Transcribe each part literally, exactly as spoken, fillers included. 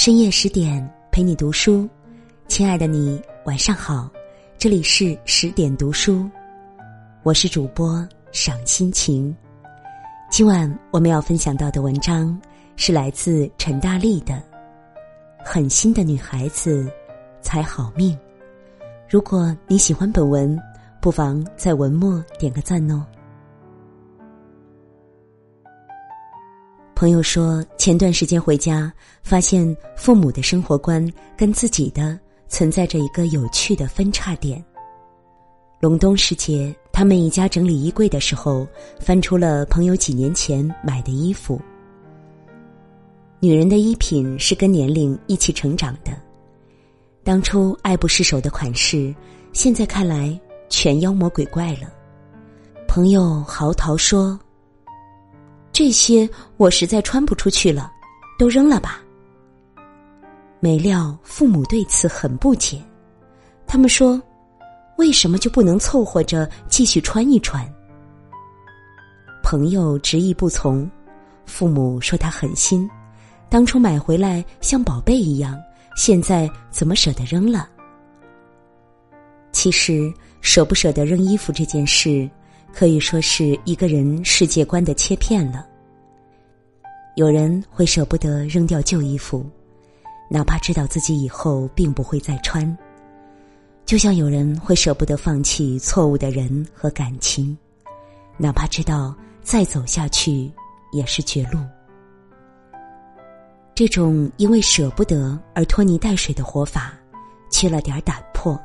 深夜十点陪你读书，亲爱的你晚上好，这里是十点读书，我是主播赏心情。今晚我们要分享到的文章是来自陈大力的狠心的女孩子才好命。如果你喜欢本文，不妨在文末点个赞哦。朋友说，前段时间回家，发现父母的生活观跟自己的存在着一个有趣的分叉点。隆冬时节，他们一家整理衣柜的时候，翻出了朋友几年前买的衣服。女人的衣品是跟年龄一起成长的，当初爱不释手的款式，现在看来全妖魔鬼怪了。朋友嚎啕说，这些我实在穿不出去了，都扔了吧。没料父母对此很不解，他们说，为什么就不能凑合着继续穿一穿？朋友执意不从，父母说他狠心，当初买回来像宝贝一样，现在怎么舍得扔了？其实舍不舍得扔衣服这件事，可以说是一个人世界观的切片了。有人会舍不得扔掉旧衣服，哪怕知道自己以后并不会再穿，就像有人会舍不得放弃错误的人和感情，哪怕知道再走下去也是绝路。这种因为舍不得而拖泥带水的活法，缺了点胆魄。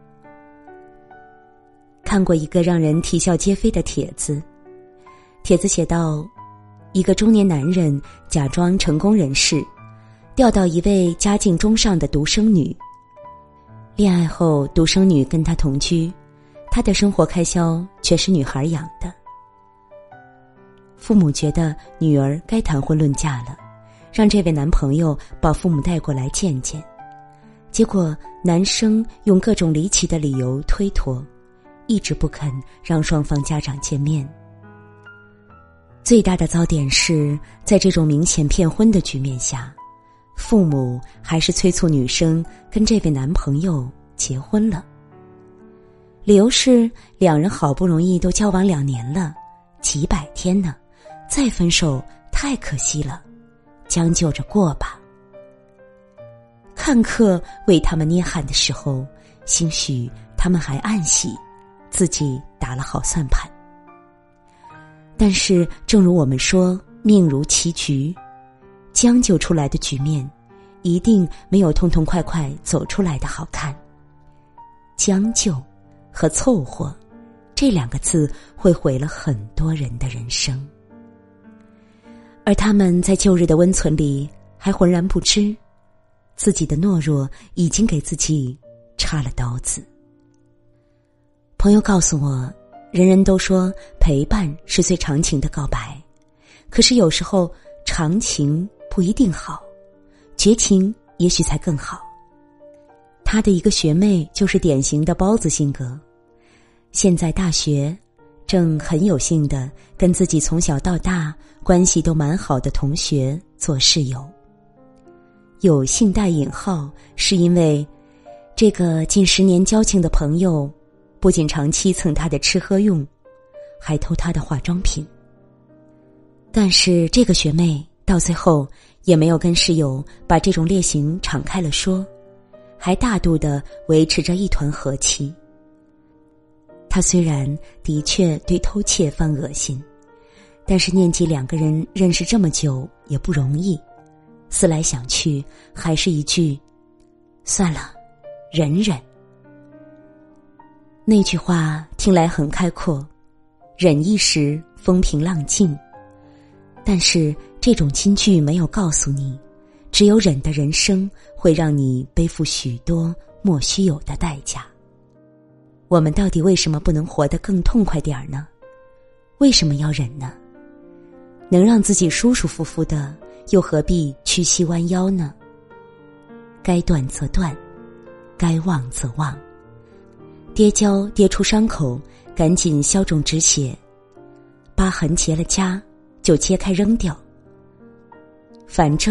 看过一个让人啼笑皆非的帖子，帖子写道，一个中年男人假装成功人士，钓到一位家境中上的独生女。恋爱后，独生女跟他同居，他的生活开销却是女孩养的。父母觉得女儿该谈婚论嫁了，让这位男朋友把父母带过来见见。结果男生用各种离奇的理由推脱，一直不肯让双方家长见面。最大的糟点是，在这种明显骗婚的局面下，父母还是催促女生跟这位男朋友结婚了。理由是两人好不容易都交往两年了，几百天呢，再分手太可惜了，将就着过吧。看客为他们捏汗的时候，兴许他们还暗喜自己打了好算盘。但是正如我们说，命如棋局，将就出来的局面一定没有痛痛快快走出来的好看。将就和凑合这两个字会毁了很多人的人生，而他们在旧日的温存里还浑然不知，自己的懦弱已经给自己插了刀子。朋友告诉我，人人都说陪伴是最长情的告白，可是有时候长情不一定好，绝情也许才更好。他的一个学妹就是典型的包子性格，现在大学正很有幸的跟自己从小到大关系都蛮好的同学做室友。有幸带引号，是因为这个近十年交情的朋友不仅长期蹭他的吃喝用，还偷他的化妆品。但是这个学妹到最后也没有跟室友把这种劣行敞开了说，还大度地维持着一团和气。她虽然的确对偷窃犯恶心，但是念及两个人认识这么久也不容易，思来想去，还是一句算了，忍忍。那句话听来很开阔，忍一时风平浪静，但是这种金句没有告诉你，只有忍的人生会让你背负许多莫须有的代价。我们到底为什么不能活得更痛快点儿呢？为什么要忍呢？能让自己舒舒服服的，又何必屈膝弯腰呢？该断则断，该忘则忘。跌跤跌出伤口，赶紧消肿止血，疤痕结了痂就揭开扔掉。反正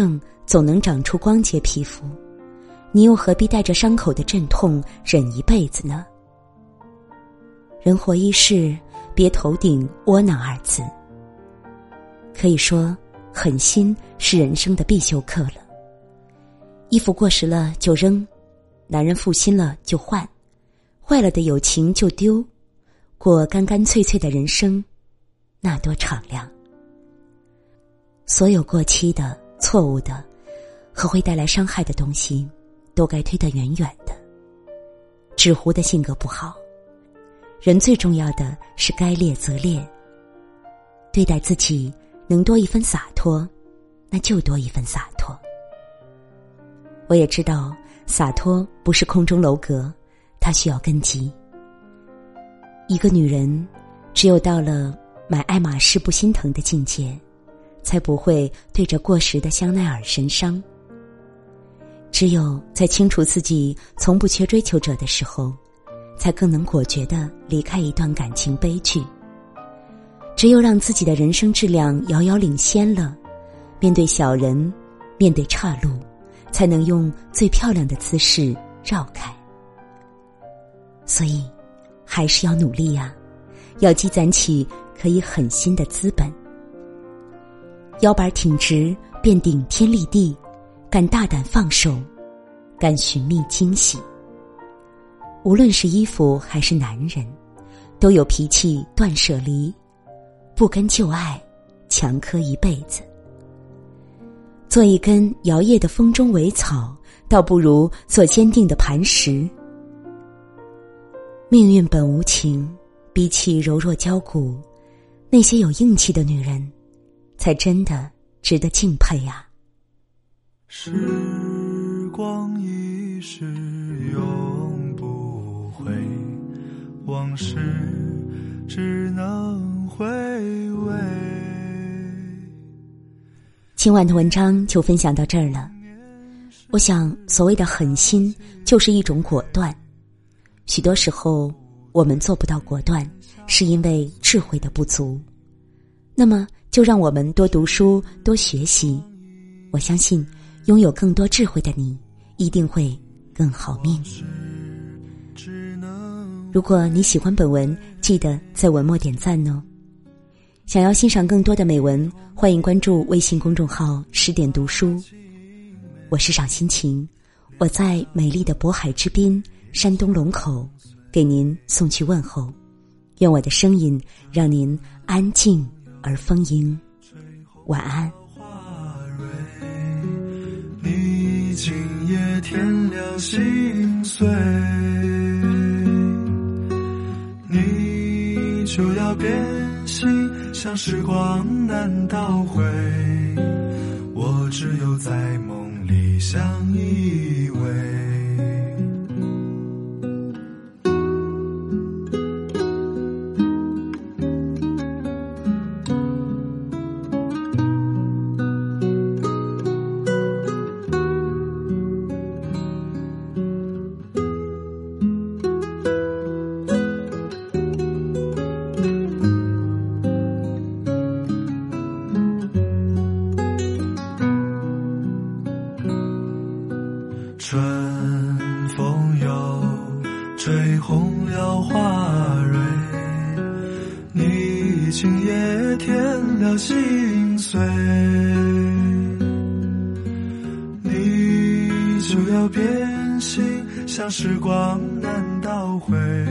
总能长出光洁皮肤，你又何必带着伤口的阵痛忍一辈子呢？人活一世，别头顶窝囊二字。可以说，狠心是人生的必修课了。衣服过时了就扔，男人负心了就换，坏了的友情就丢，过干干脆脆的人生，那多敞亮。所有过期的、错误的和会带来伤害的东西，都该推得远远的。纸糊的性格不好，人最重要的是该烈则烈。对待自己能多一分洒脱，那就多一分洒脱。我也知道洒脱不是空中楼阁，它需要根基。一个女人只有到了买爱马仕不心疼的境界，才不会对着过时的香奈儿神伤。只有在清楚自己从不缺追求者的时候，才更能果决地离开一段感情悲剧。只有让自己的人生质量遥遥领先了，面对小人，面对岔路，才能用最漂亮的姿势绕开。所以还是要努力呀，要积攒起可以狠心的资本。腰板挺直，便顶天立地，敢大胆放手，敢寻觅惊喜。无论是衣服还是男人，都有脾气断舍离，不跟旧爱强磕一辈子。做一根摇曳的风中苇草，倒不如做坚定的磐石。命运本无情，比起柔弱娇骨，那些有硬气的女人才真的值得敬佩啊。 时光一逝永不回，往事只能回味。 今晚的文章就分享到这儿了。我想所谓的狠心就是一种果断，许多时候我们做不到果断，是因为智慧的不足。那么就让我们多读书，多学习，我相信拥有更多智慧的你一定会更好命。如果你喜欢本文，记得在文末点赞哦。想要欣赏更多的美文，欢迎关注微信公众号十点读书。我是赏心情，我在美丽的渤海之滨山东龙口给您送去问候，愿我的声音让您安静而丰盈。晚安。 你今夜添了心碎，你就要变心，像时光难倒回，我只有在梦里相依偎。春风又吹红了花蕊，你今夜添了心碎，你就要变心，像时光难倒回，